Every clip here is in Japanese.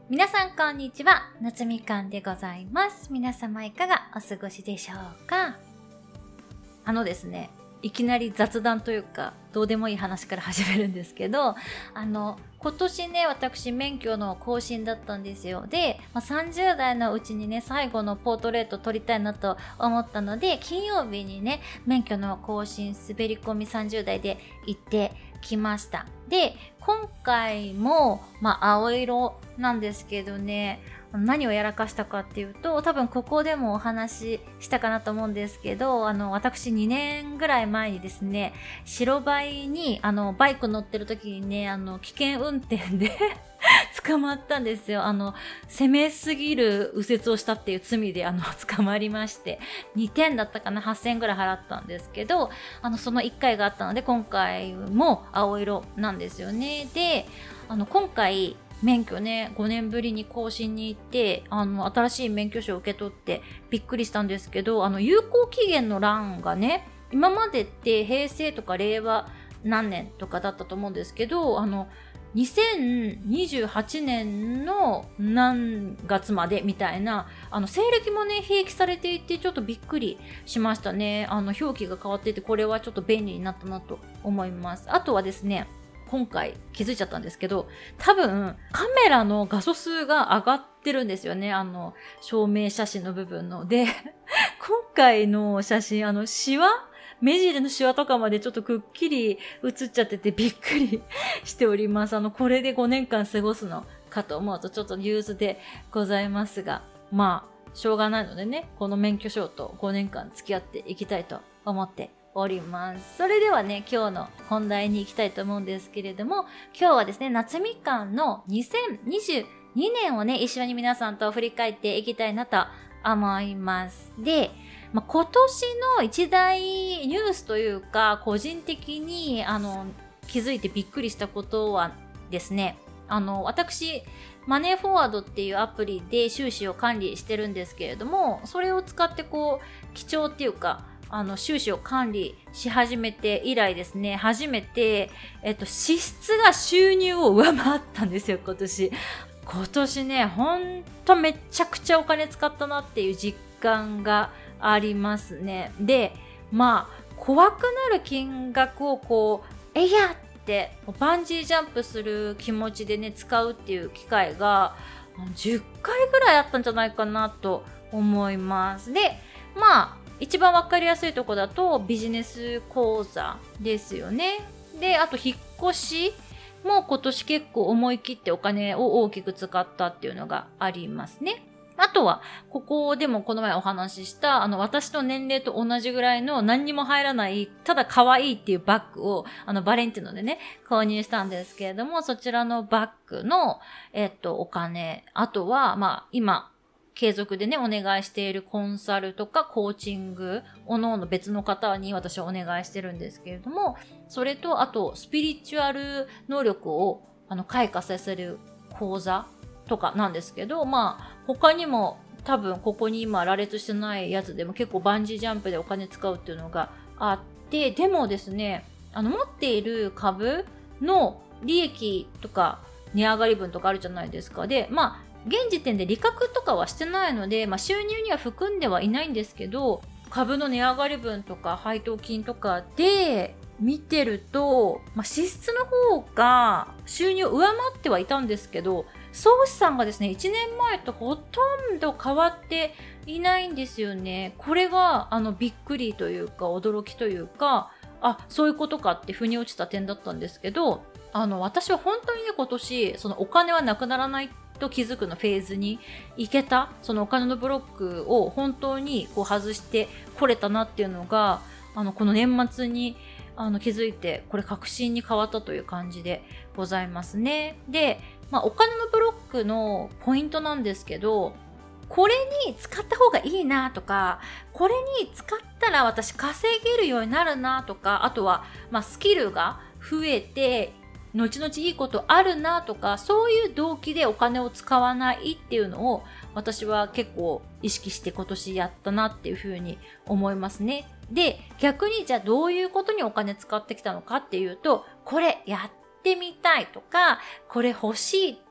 皆さんこんにちは、夏みかんでございます。皆様いかがお過ごしでしょうか。ですね、いきなり雑談というかどうでもいい話から始めるんですけど、今年ね、私免許の更新だったんですよ。で、30代のうちにね、最後のポートレート撮りたいなと思ったので、金曜日にね、免許の更新滑り込み30代で行ってきました。で、今回も青色なんですけどね、何をやらかしたかっていうと、多分ここでもお話ししたかなと思うんですけど、私2年ぐらい前にですね、白バイにバイク乗ってる時にね、危険運転で捕まったんですよ。攻めすぎる右折をしたっていう罪で捕まりまして、2点だったかな、8000円ぐらい払ったんですけど、その1回があったので、今回も青色なんですよね。で、今回免許ね、5年ぶりに更新に行って、新しい免許証を受け取ってびっくりしたんですけど、有効期限の欄がね、今までって平成とか令和何年とかだったと思うんですけど、2028年の何月までみたいな、西暦もね、併記されていて、ちょっとびっくりしましたね。表記が変わっていて、これはちょっと便利になったなと思います。あとはですね、今回気づいちゃったんですけど、多分カメラの画素数が上がってるんですよね。証明写真の部分の。で、今回の写真、シワ目尻のシワとかまでちょっとくっきり写っちゃっててびっくりしております。これで5年間過ごすのかと思うとちょっと憂鬱でございますが、しょうがないのでね、この免許証と5年間付き合っていきたいと思っております。それではね、今日の本題に行きたいと思うんですけれども、今日はですね、夏みかんの2022年をね、一緒に皆さんと振り返っていきたいなと思います。で、今年の一大ニュースというか、個人的に気づいてびっくりしたことはですね、私マネーフォワードっていうアプリで収支を管理してるんですけれども、それを使って記帳っていうか収支を管理し始めて以来ですね、初めて、支出が収入を上回ったんですよ、今年ね、ほんとめちゃくちゃお金使ったなっていう実感がありますね。で、怖くなる金額をえいやってバンジージャンプする気持ちでね、使うっていう機会が10回ぐらいあったんじゃないかなと思います。で、一番わかりやすいとこだとビジネス講座ですよね。で、あと引っ越しも今年結構思い切ってお金を大きく使ったっていうのがありますね。あとは、ここでもこの前お話しした、私の年齢と同じぐらいの何にも入らない、ただ可愛いっていうバッグを、バレンティノでね、購入したんですけれども、そちらのバッグの、お金、あとは、今、継続でね、お願いしているコンサルとかコーチング、おのおの別の方に私はお願いしてるんですけれども、それと、あと、スピリチュアル能力を、開花させる講座とかなんですけど、他にも多分ここに今羅列してないやつでも結構バンジージャンプでお金使うっていうのがあって、でもですね、持っている株の利益とか値上がり分とかあるじゃないですか。で、現時点で利確とかはしてないので、収入には含んではいないんですけど、株の値上がり分とか配当金とかで見てると、支出の方が収入を上回ってはいたんですけど、総資産がですね、1年前とほとんど変わっていないんですよね。これがびっくりというか驚きというか、そういうことかって腑に落ちた点だったんですけど、私は本当にね、今年そのお金はなくならないと気づくのフェーズに行けた、そのお金のブロックを本当に外してこれたなっていうのが、この年末に気づいて、これ確信に変わったという感じでございますね。で、お金のブロックのポイントなんですけど、これに使った方がいいなとか、これに使ったら私稼げるようになるなとか、あとは、スキルが増えて、後々いいことあるなとか、そういう動機でお金を使わないっていうのを私は結構意識して今年やったなっていうふうに思いますね。で、逆にじゃあどういうことにお金使ってきたのかっていうと、これやってみたいとか、これ欲しいっ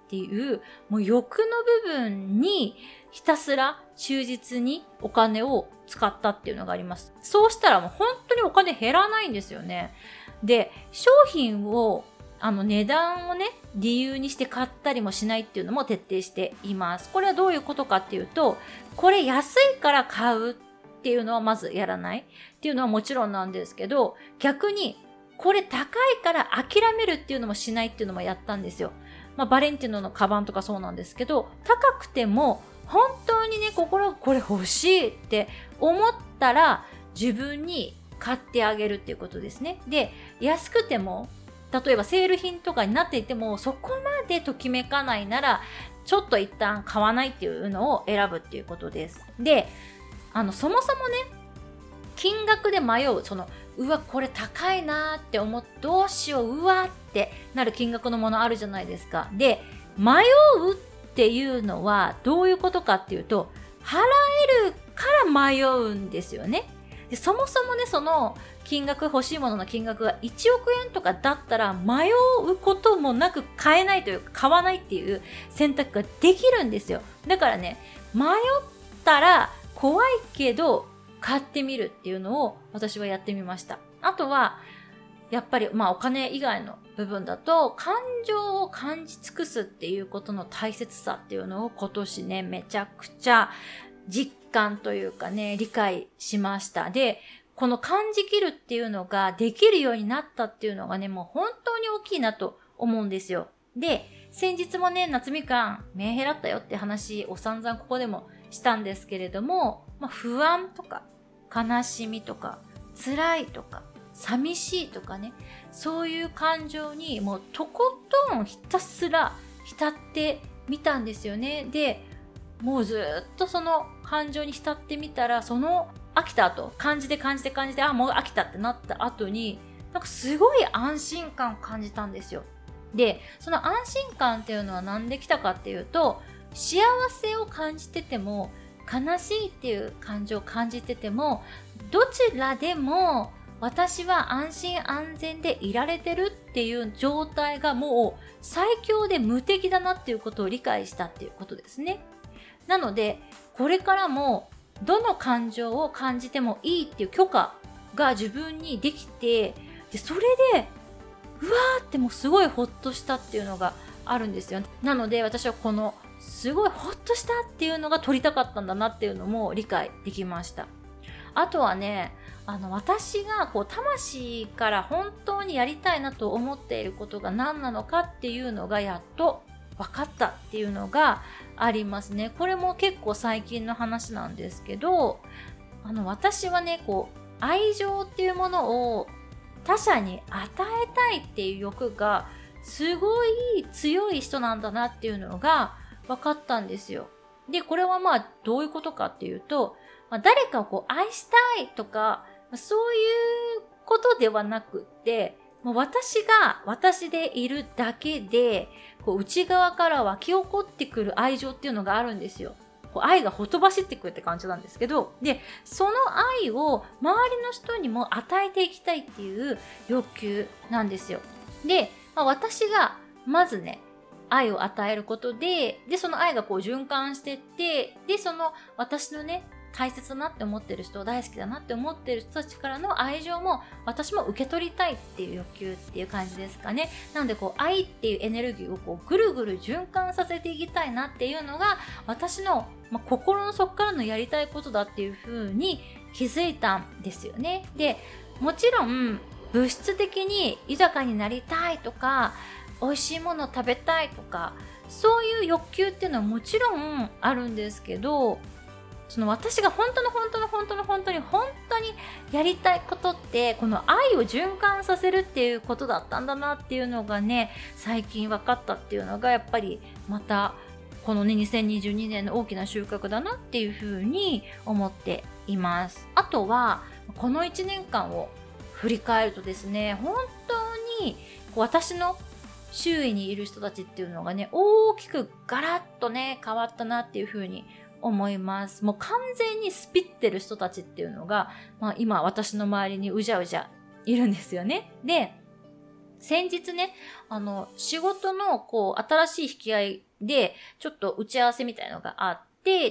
っていう、もう欲の部分にひたすら忠実にお金を使ったっていうのがあります。そうしたらもう本当にお金減らないんですよね。で、商品を値段をね、理由にして買ったりもしないっていうのも徹底しています。これはどういうことかっていうと、これ安いから買うっていうのはまずやらないっていうのはもちろんなんですけど、逆にこれ高いから諦めるっていうのもしないっていうのもやったんですよ。バレンティノのカバンとかそうなんですけど、高くても本当にね、心がこれ欲しいって思ったら自分に買ってあげるっていうことですね。で、安くても、例えばセール品とかになっていても、そこまでときめかないなら、ちょっと一旦買わないっていうのを選ぶっていうことです。で、そもそもね、金額で迷う、うわ、これ高いなーって思って、どうしよう、うわってなる金額のものあるじゃないですか。で、迷うっていうのはどういうことかっていうと、払えるから迷うんですよね。で、そもそもね、その金額、欲しいものの金額が1億円とかだったら迷うこともなく買えないというか、買わないっていう選択ができるんですよ。だからね、迷ったら怖いけど買ってみるっていうのを私はやってみました。あとは、やっぱりお金以外の部分だと、感情を感じ尽くすっていうことの大切さっていうのを今年ね、めちゃくちゃ実感というかね、理解しました。で、この感じきるっていうのができるようになったっていうのがね、もう本当に大きいなと思うんですよ。で、先日もね、夏みかんメンヘラったよって話を散々ここでもしたんですけれども、不安とか悲しみとか辛いとか寂しいとかね、そういう感情にもうとことんひたすら浸ってみたんですよね。で、もうずっとその感情に浸ってみたら、その飽きた後、感じて、あ、もう飽きたってなった後に、なんかすごい安心感を感じたんですよ。で、その安心感っていうのは何で来たかっていうと、幸せを感じてても、悲しいっていう感情を感じてても、どちらでも私は安心安全でいられてるっていう状態がもう最強で無敵だなっていうことを理解したっていうことですね。なので、これからもどの感情を感じてもいいっていう許可が自分にできて、で、それで、うわーってもうすごいほっとしたっていうのがあるんですよ。なので私はこのすごいほっとしたっていうのが取りたかったんだなっていうのも理解できました。あとはね、私が魂から本当にやりたいなと思っていることが何なのかっていうのがやっと分かったっていうのがありますね。これも結構最近の話なんですけど、私はね、愛情っていうものを他者に与えたいっていう欲がすごい強い人なんだなっていうのが分かったんですよ。で、これはどういうことかっていうと、誰かを愛したいとか、そういうことではなくって、もう私が私でいるだけで、内側から湧き起こってくる愛情っていうのがあるんですよ。愛がほとばしってくるって感じなんですけど、で、その愛を周りの人にも与えていきたいっていう欲求なんですよ。で、私がまずね、愛を与えることで、その愛が循環していって、で、その私のね、大切だなって思ってる人、大好きだなって思ってる人たちからの愛情も私も受け取りたいっていう欲求っていう感じですかね。なので愛っていうエネルギーをぐるぐる循環させていきたいなっていうのが私の、心の底からのやりたいことだっていう風に気づいたんですよね。で、もちろん物質的に豊かになりたいとか、美味しいものを食べたいとか、そういう欲求っていうのはもちろんあるんですけど、その私が本当にやりたいことって、この愛を循環させるっていうことだったんだなっていうのがね、最近分かったっていうのが、やっぱりまたこのね、2022年の大きな収穫だなっていうふうに思っています。あとは、この1年間を振り返るとですね、本当に私の周囲にいる人たちっていうのがね、大きくガラッとね、変わったなっていうふうに思います。もう完全にスピってる人たちっていうのが、今私の周りにうじゃうじゃいるんですよね。で、 先日ね、仕事の新しい引き合いで、ちょっと打ち合わせみたいのがあって、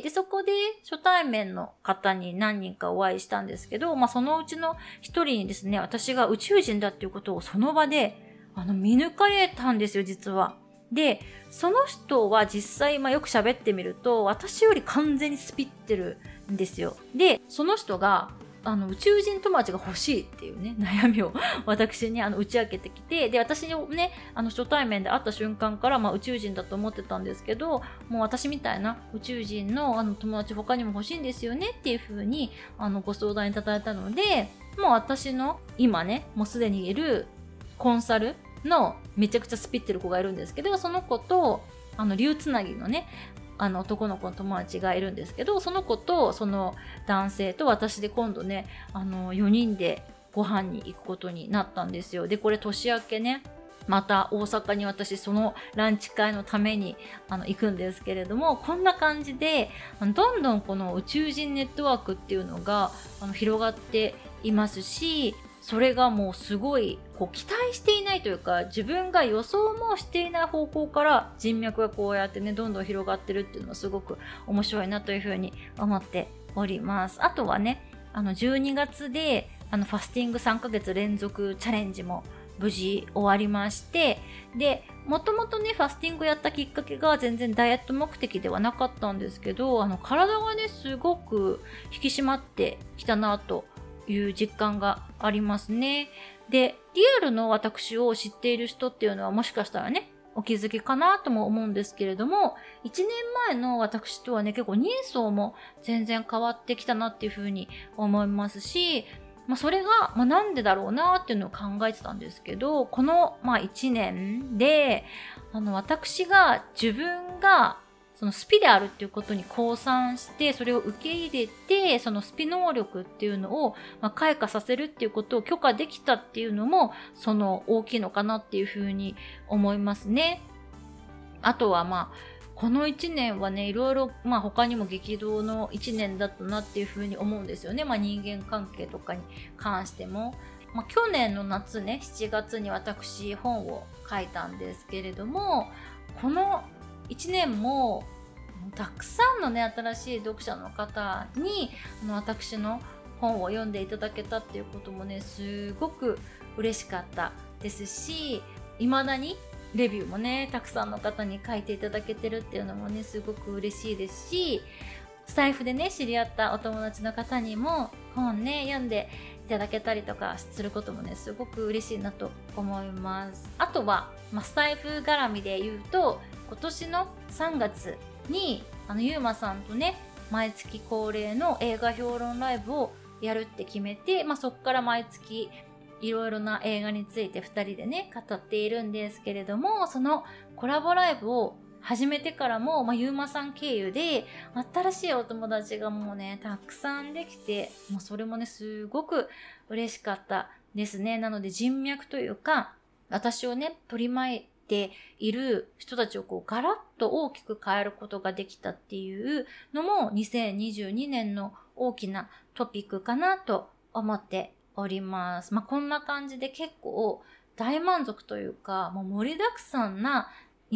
で、そこで初対面の方に何人かお会いしたんですけど、そのうちの一人にですね、私が宇宙人だっていうことをその場で、見抜かれたんですよ、実は。で、その人は実際、よく喋ってみると、私より完全にスピってるんですよ。で、その人が、宇宙人友達が欲しいっていうね、悩みを私に打ち明けてきて、で、私にね、初対面で会った瞬間から、宇宙人だと思ってたんですけど、もう私みたいな宇宙人の友達他にも欲しいんですよねっていう風に、ご相談いただいたので、もう私の今ね、もうすでにいるコンサルのめちゃくちゃスピってる子がいるんですけど、その子と、竜つなぎのね、男の子の友達がいるんですけど、その子とその男性と私で今度ね、4人でご飯に行くことになったんですよ。で、これ年明けね、また大阪に私そのランチ会のために行くんですけれども、こんな感じでどんどんこの宇宙人ネットワークっていうのが広がっていますし、それがもうすごい期待していないというか、自分が予想もしていない方向から人脈がこうやってね、どんどん広がってるっていうのはすごく面白いなというふうに思っております。あとはね、12月でファスティング3ヶ月連続チャレンジも無事終わりまして、で、もともとね、ファスティングやったきっかけが全然ダイエット目的ではなかったんですけど、体がね、すごく引き締まってきたなという実感がありますね。で、リアルの私を知っている人っていうのはもしかしたらね、お気づきかなとも思うんですけれども、1年前の私とはね、結構人相も全然変わってきたなっていうふうに思いますし、それが、なんでだろうなっていうのを考えてたんですけど、この、1年で、私が自分がそのスピであるっていうことに降参して、それを受け入れて、そのスピ能力っていうのを、開花させるっていうことを許可できたっていうのも、その大きいのかなっていうふうに思いますね。あとはこの1年はね、いろいろ、他にも激動の1年だったなっていうふうに思うんですよね。人間関係とかに関しても。去年の夏ね、7月に私本を書いたんですけれども、この1年もたくさんのね、新しい読者の方に私の本を読んでいただけたっていうこともね、すごく嬉しかったですし、未だにレビューもね、たくさんの方に書いていただけてるっていうのもね、すごく嬉しいですし、スタイフでね、知り合ったお友達の方にも本ね、読んでいただけたりとかすることもね、すごく嬉しいなと思います。あとは、スタイフ絡みで言うと、今年の3月にゆうまさんとね、毎月恒例の映画評論ライブをやるって決めて、そっから毎月いろいろな映画について2人でね、語っているんですけれども、そのコラボライブを始めてからも、ゆうまさん経由で新しいお友達がもうね、たくさんできて、もうそれもね、すごく嬉しかったですね。なので人脈というか、私をね、取り巻いている人たちをガラッと大きく変えることができたっていうのも2022年の大きなトピックかなと思っております。こんな感じで結構大満足というか、もう盛りだくさんな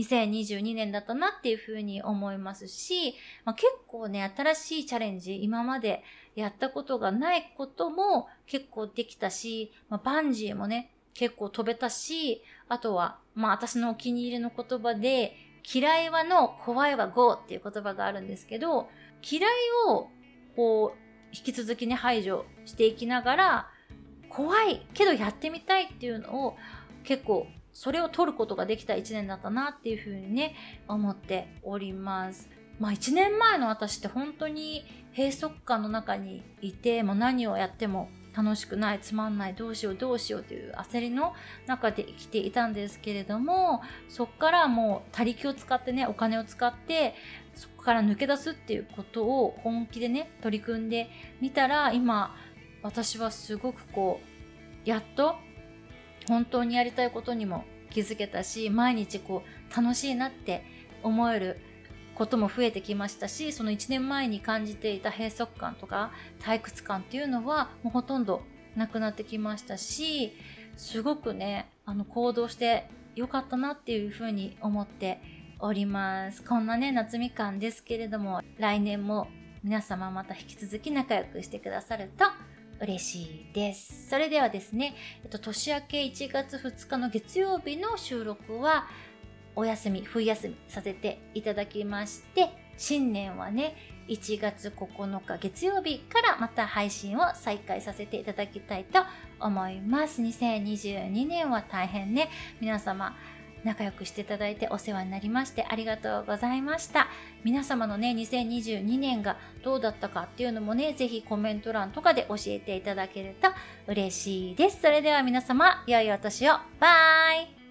2022年だったなっていうふうに思いますし、結構ね、新しいチャレンジ、今までやったことがないことも結構できたし、バンジーもね、結構飛べたし、あとは、私のお気に入りの言葉で、嫌いはの、怖いは GO っていう言葉があるんですけど、嫌いを引き続きね、排除していきながら、怖いけどやってみたいっていうのを結構それを取ることができた1年だったなっていうふうにね、思っております。1年前の私って本当に閉塞感の中にいて、何をやっても楽しくない、つまんない、どうしようという焦りの中で生きていたんですけれども、そこからもう他力を使ってね、お金を使ってそこから抜け出すっていうことを本気でね、取り組んでみたら、今私はすごくやっと本当にやりたいことにも気づけたし、毎日楽しいなって思えることも増えてきましたし、その1年前に感じていた閉塞感とか退屈感っていうのはもうほとんどなくなってきましたし、すごくね、 行動してよかったなっていうふうに思っております。こんなね、夏みかんですけれども、来年も皆様また引き続き仲良くしてくださると嬉しいです。それではですね、年明け1月2日の月曜日の収録は冬休みさせていただきまして、新年はね、1月9日月曜日からまた配信を再開させていただきたいと思います。2022年は大変ね、皆様仲良くしていただいてお世話になりましてありがとうございました。皆様のね、2022年がどうだったかっていうのもね、ぜひコメント欄とかで教えていただけると嬉しいです。それでは皆様、良いお年を。バイ。